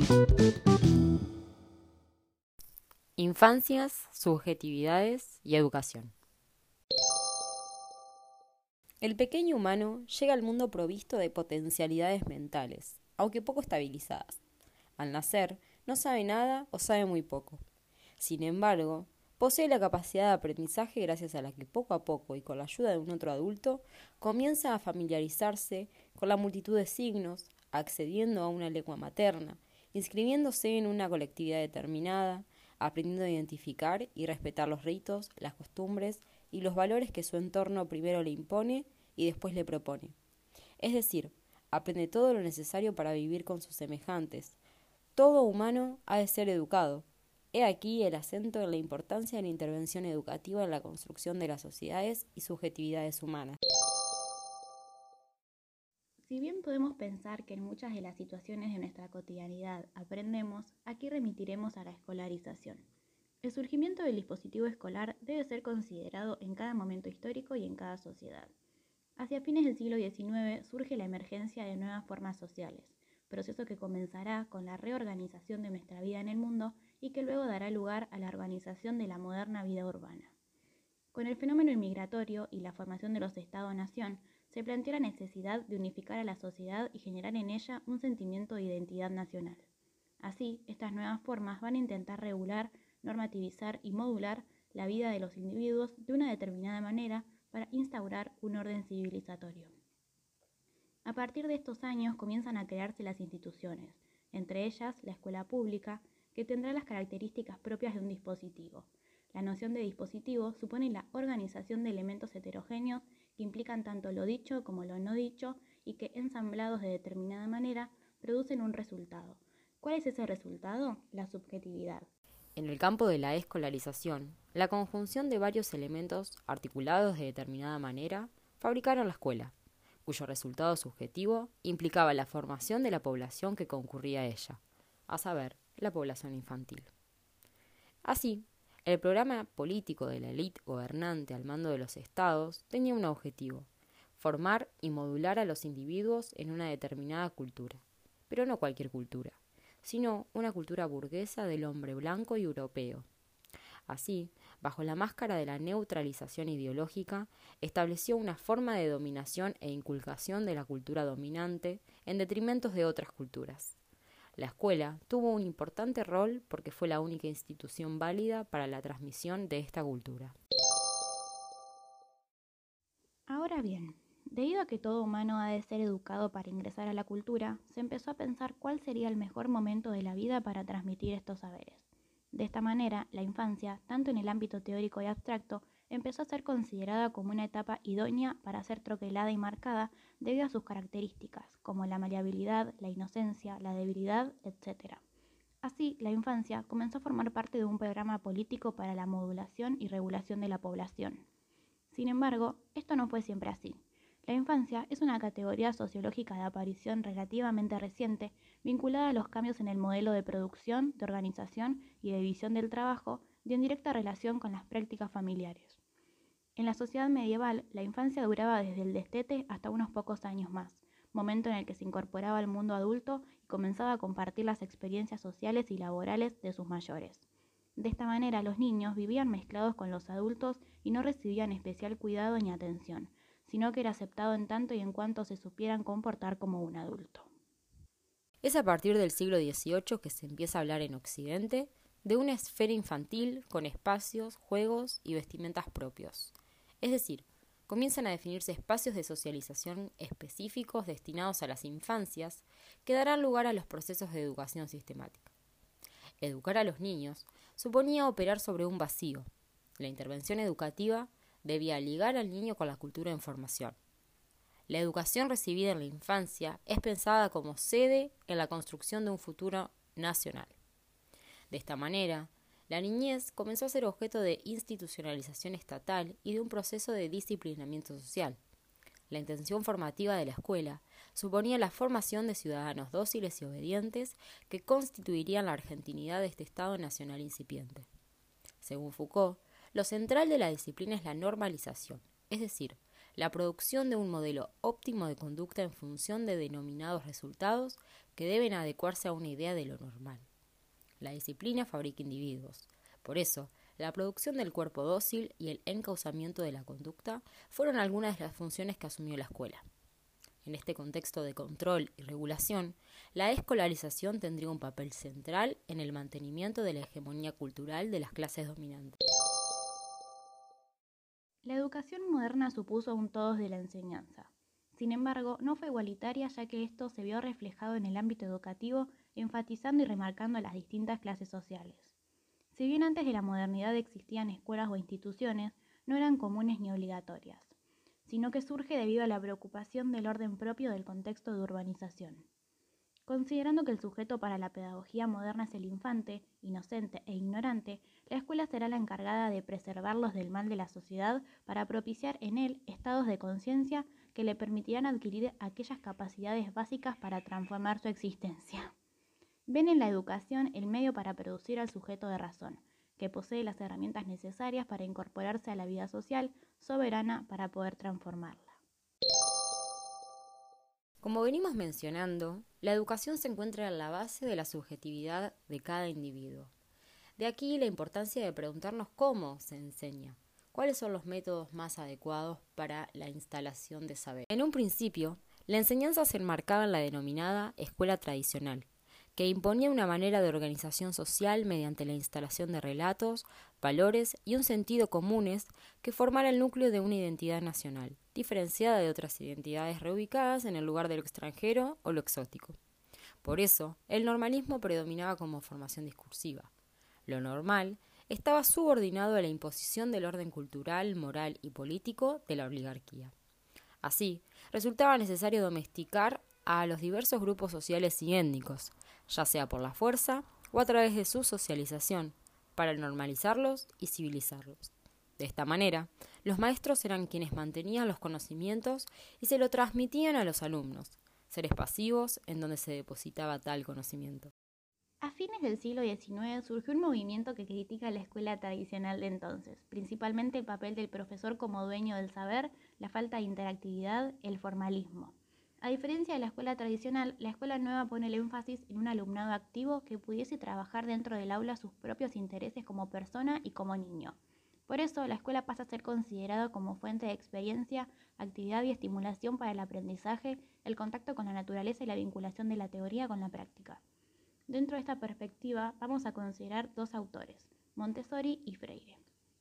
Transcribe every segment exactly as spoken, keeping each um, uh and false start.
Infancias, subjetividades y educación. El pequeño humano llega al mundo provisto de potencialidades mentales, aunque poco estabilizadas. Al nacer, no sabe nada o sabe muy poco. Sin embargo, posee la capacidad de aprendizaje gracias a la que poco a poco y con la ayuda de un otro adulto, comienza a familiarizarse con la multitud de signos, accediendo a una lengua materna, inscribiéndose en una colectividad determinada, aprendiendo a identificar y respetar los ritos, las costumbres y los valores que su entorno primero le impone y después le propone. Es decir, aprende todo lo necesario para vivir con sus semejantes. Todo humano ha de ser educado. He aquí el acento en la importancia de la intervención educativa en la construcción de las sociedades y subjetividades humanas. Si bien podemos pensar que en muchas de las situaciones de nuestra cotidianidad aprendemos, aquí remitiremos a la escolarización. El surgimiento del dispositivo escolar debe ser considerado en cada momento histórico y en cada sociedad. Hacia fines del siglo diecinueve surge la emergencia de nuevas formas sociales, proceso que comenzará con la reorganización de nuestra vida en el mundo y que luego dará lugar a la organización de la moderna vida urbana. Con el fenómeno inmigratorio y la formación de los Estados-nación, se planteó la necesidad de unificar a la sociedad y generar en ella un sentimiento de identidad nacional. Así, estas nuevas formas van a intentar regular, normativizar y modular la vida de los individuos de una determinada manera para instaurar un orden civilizatorio. A partir de estos años comienzan a crearse las instituciones, entre ellas la escuela pública, que tendrá las características propias de un dispositivo. La noción de dispositivo supone la organización de elementos heterogéneos que implican tanto lo dicho como lo no dicho y que, ensamblados de determinada manera, producen un resultado. ¿Cuál es ese resultado? La subjetividad. En el campo de la escolarización, la conjunción de varios elementos articulados de determinada manera fabricaron la escuela, cuyo resultado subjetivo implicaba la formación de la población que concurría a ella, a saber, la población infantil. Así, el programa político de la élite gobernante al mando de los estados tenía un objetivo: formar y modular a los individuos en una determinada cultura, pero no cualquier cultura, sino una cultura burguesa del hombre blanco y europeo. Así, bajo la máscara de la neutralización ideológica, estableció una forma de dominación e inculcación de la cultura dominante en detrimento de otras culturas. La escuela tuvo un importante rol porque fue la única institución válida para la transmisión de esta cultura. Ahora bien, debido a que todo humano ha de ser educado para ingresar a la cultura, se empezó a pensar cuál sería el mejor momento de la vida para transmitir estos saberes. De esta manera, la infancia, tanto en el ámbito teórico y abstracto, empezó a ser considerada como una etapa idónea para ser troquelada y marcada debido a sus características, como la maleabilidad, la inocencia, la debilidad, etcétera. Así, la infancia comenzó a formar parte de un programa político para la modulación y regulación de la población. Sin embargo, esto no fue siempre así. La infancia es una categoría sociológica de aparición relativamente reciente, vinculada a los cambios en el modelo de producción, de organización y de división del trabajo, y en directa relación con las prácticas familiares. En la sociedad medieval, la infancia duraba desde el destete hasta unos pocos años más, momento en el que se incorporaba al mundo adulto y comenzaba a compartir las experiencias sociales y laborales de sus mayores. De esta manera, los niños vivían mezclados con los adultos y no recibían especial cuidado ni atención, sino que era aceptado en tanto y en cuanto se supieran comportar como un adulto. Es a partir del siglo dieciocho que se empieza a hablar en Occidente de una esfera infantil con espacios, juegos y vestimentas propios. Es decir, comienzan a definirse espacios de socialización específicos destinados a las infancias que darán lugar a los procesos de educación sistemática. Educar a los niños suponía operar sobre un vacío. La intervención educativa debía ligar al niño con la cultura en formación. La educación recibida en la infancia es pensada como sede en la construcción de un futuro nacional. De esta manera, la niñez comenzó a ser objeto de institucionalización estatal y de un proceso de disciplinamiento social. La intención formativa de la escuela suponía la formación de ciudadanos dóciles y obedientes que constituirían la argentinidad de este Estado nacional incipiente. Según Foucault, lo central de la disciplina es la normalización, es decir, la producción de un modelo óptimo de conducta en función de denominados resultados que deben adecuarse a una idea de lo normal. La disciplina fabrica individuos. Por eso, la producción del cuerpo dócil y el encauzamiento de la conducta fueron algunas de las funciones que asumió la escuela. En este contexto de control y regulación, la escolarización tendría un papel central en el mantenimiento de la hegemonía cultural de las clases dominantes. La educación moderna supuso un todos de la enseñanza. Sin embargo, no fue igualitaria, ya que esto se vio reflejado en el ámbito educativo, enfatizando y remarcando las distintas clases sociales. Si bien antes de la modernidad existían escuelas o instituciones, no eran comunes ni obligatorias, sino que surge debido a la preocupación del orden propio del contexto de urbanización. Considerando que el sujeto para la pedagogía moderna es el infante, inocente e ignorante, la escuela será la encargada de preservarlos del mal de la sociedad para propiciar en él estados de conciencia que le permitirán adquirir aquellas capacidades básicas para transformar su existencia. Ven en la educación el medio para producir al sujeto de razón, que posee las herramientas necesarias para incorporarse a la vida social soberana para poder transformarla. Como venimos mencionando, la educación se encuentra en la base de la subjetividad de cada individuo. De aquí la importancia de preguntarnos cómo se enseña, cuáles son los métodos más adecuados para la instalación de saber. En un principio, la enseñanza se enmarcaba en la denominada escuela tradicional, que imponía una manera de organización social mediante la instalación de relatos, valores y un sentido comunes que formara el núcleo de una identidad nacional, diferenciada de otras identidades reubicadas en el lugar de lo extranjero o lo exótico. Por eso, el normalismo predominaba como formación discursiva. Lo normal estaba subordinado a la imposición del orden cultural, moral y político de la oligarquía. Así, resultaba necesario domesticar a los diversos grupos sociales y étnicos, ya sea por la fuerza o a través de su socialización, para normalizarlos y civilizarlos. De esta manera, los maestros eran quienes mantenían los conocimientos y se lo transmitían a los alumnos, seres pasivos en donde se depositaba tal conocimiento. A fines del siglo diecinueve surgió un movimiento que critica la escuela tradicional de entonces, principalmente el papel del profesor como dueño del saber, la falta de interactividad, el formalismo. A diferencia de la escuela tradicional, la escuela nueva pone el énfasis en un alumnado activo que pudiese trabajar dentro del aula sus propios intereses como persona y como niño. Por eso, la escuela pasa a ser considerada como fuente de experiencia, actividad y estimulación para el aprendizaje, el contacto con la naturaleza y la vinculación de la teoría con la práctica. Dentro de esta perspectiva, vamos a considerar dos autores, Montessori y Freire.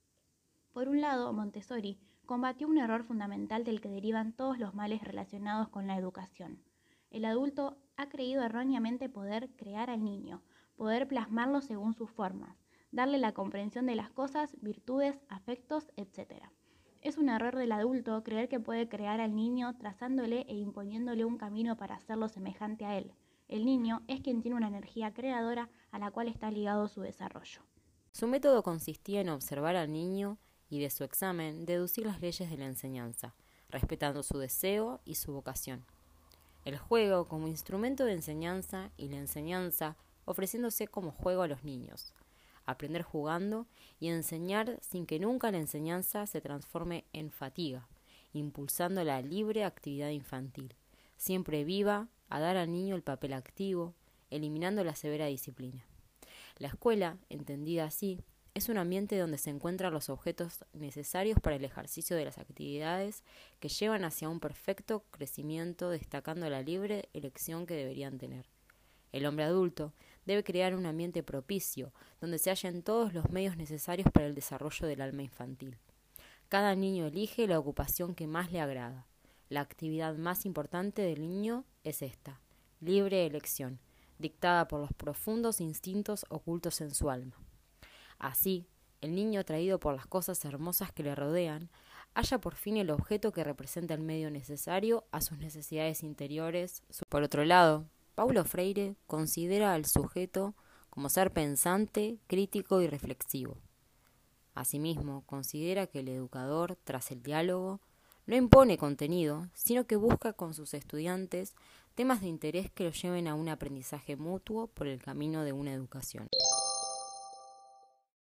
Por un lado, Montessori combatió un error fundamental del que derivan todos los males relacionados con la educación. El adulto ha creído erróneamente poder crear al niño, poder plasmarlo según sus formas, darle la comprensión de las cosas, virtudes, afectos, etcétera. Es un error del adulto creer que puede crear al niño trazándole e imponiéndole un camino para hacerlo semejante a él. El niño es quien tiene una energía creadora a la cual está ligado su desarrollo. Su método consistía en observar al niño y de su examen deducir las leyes de la enseñanza, respetando su deseo y su vocación. El juego como instrumento de enseñanza y la enseñanza ofreciéndose como juego a los niños. Aprender jugando y enseñar sin que nunca la enseñanza se transforme en fatiga, impulsando la libre actividad infantil, siempre viva a dar al niño el papel activo, eliminando la severa disciplina. La escuela, entendida así, es un ambiente donde se encuentran los objetos necesarios para el ejercicio de las actividades que llevan hacia un perfecto crecimiento, destacando la libre elección que deberían tener. El hombre adulto debe crear un ambiente propicio, donde se hallen todos los medios necesarios para el desarrollo del alma infantil. Cada niño elige la ocupación que más le agrada. La actividad más importante del niño es esta, libre elección, dictada por los profundos instintos ocultos en su alma. Así, el niño, atraído por las cosas hermosas que le rodean, halla por fin el objeto que representa el medio necesario a sus necesidades interiores. Por otro lado, Paulo Freire considera al sujeto como ser pensante, crítico y reflexivo. Asimismo, considera que el educador, tras el diálogo, no impone contenido, sino que busca con sus estudiantes temas de interés que los lleven a un aprendizaje mutuo por el camino de una educación.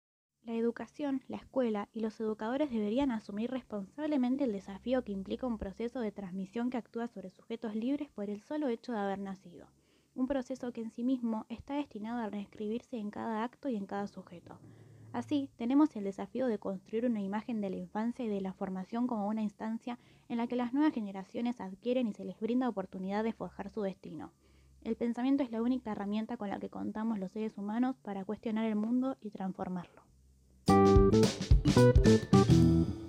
La educación, la escuela y los educadores deberían asumir responsablemente el desafío que implica un proceso de transmisión que actúa sobre sujetos libres por el solo hecho de haber nacido. Un proceso que en sí mismo está destinado a reescribirse en cada acto y en cada sujeto. Así, tenemos el desafío de construir una imagen de la infancia y de la formación como una instancia en la que las nuevas generaciones adquieren y se les brinda oportunidad de forjar su destino. El pensamiento es la única herramienta con la que contamos los seres humanos para cuestionar el mundo y transformarlo.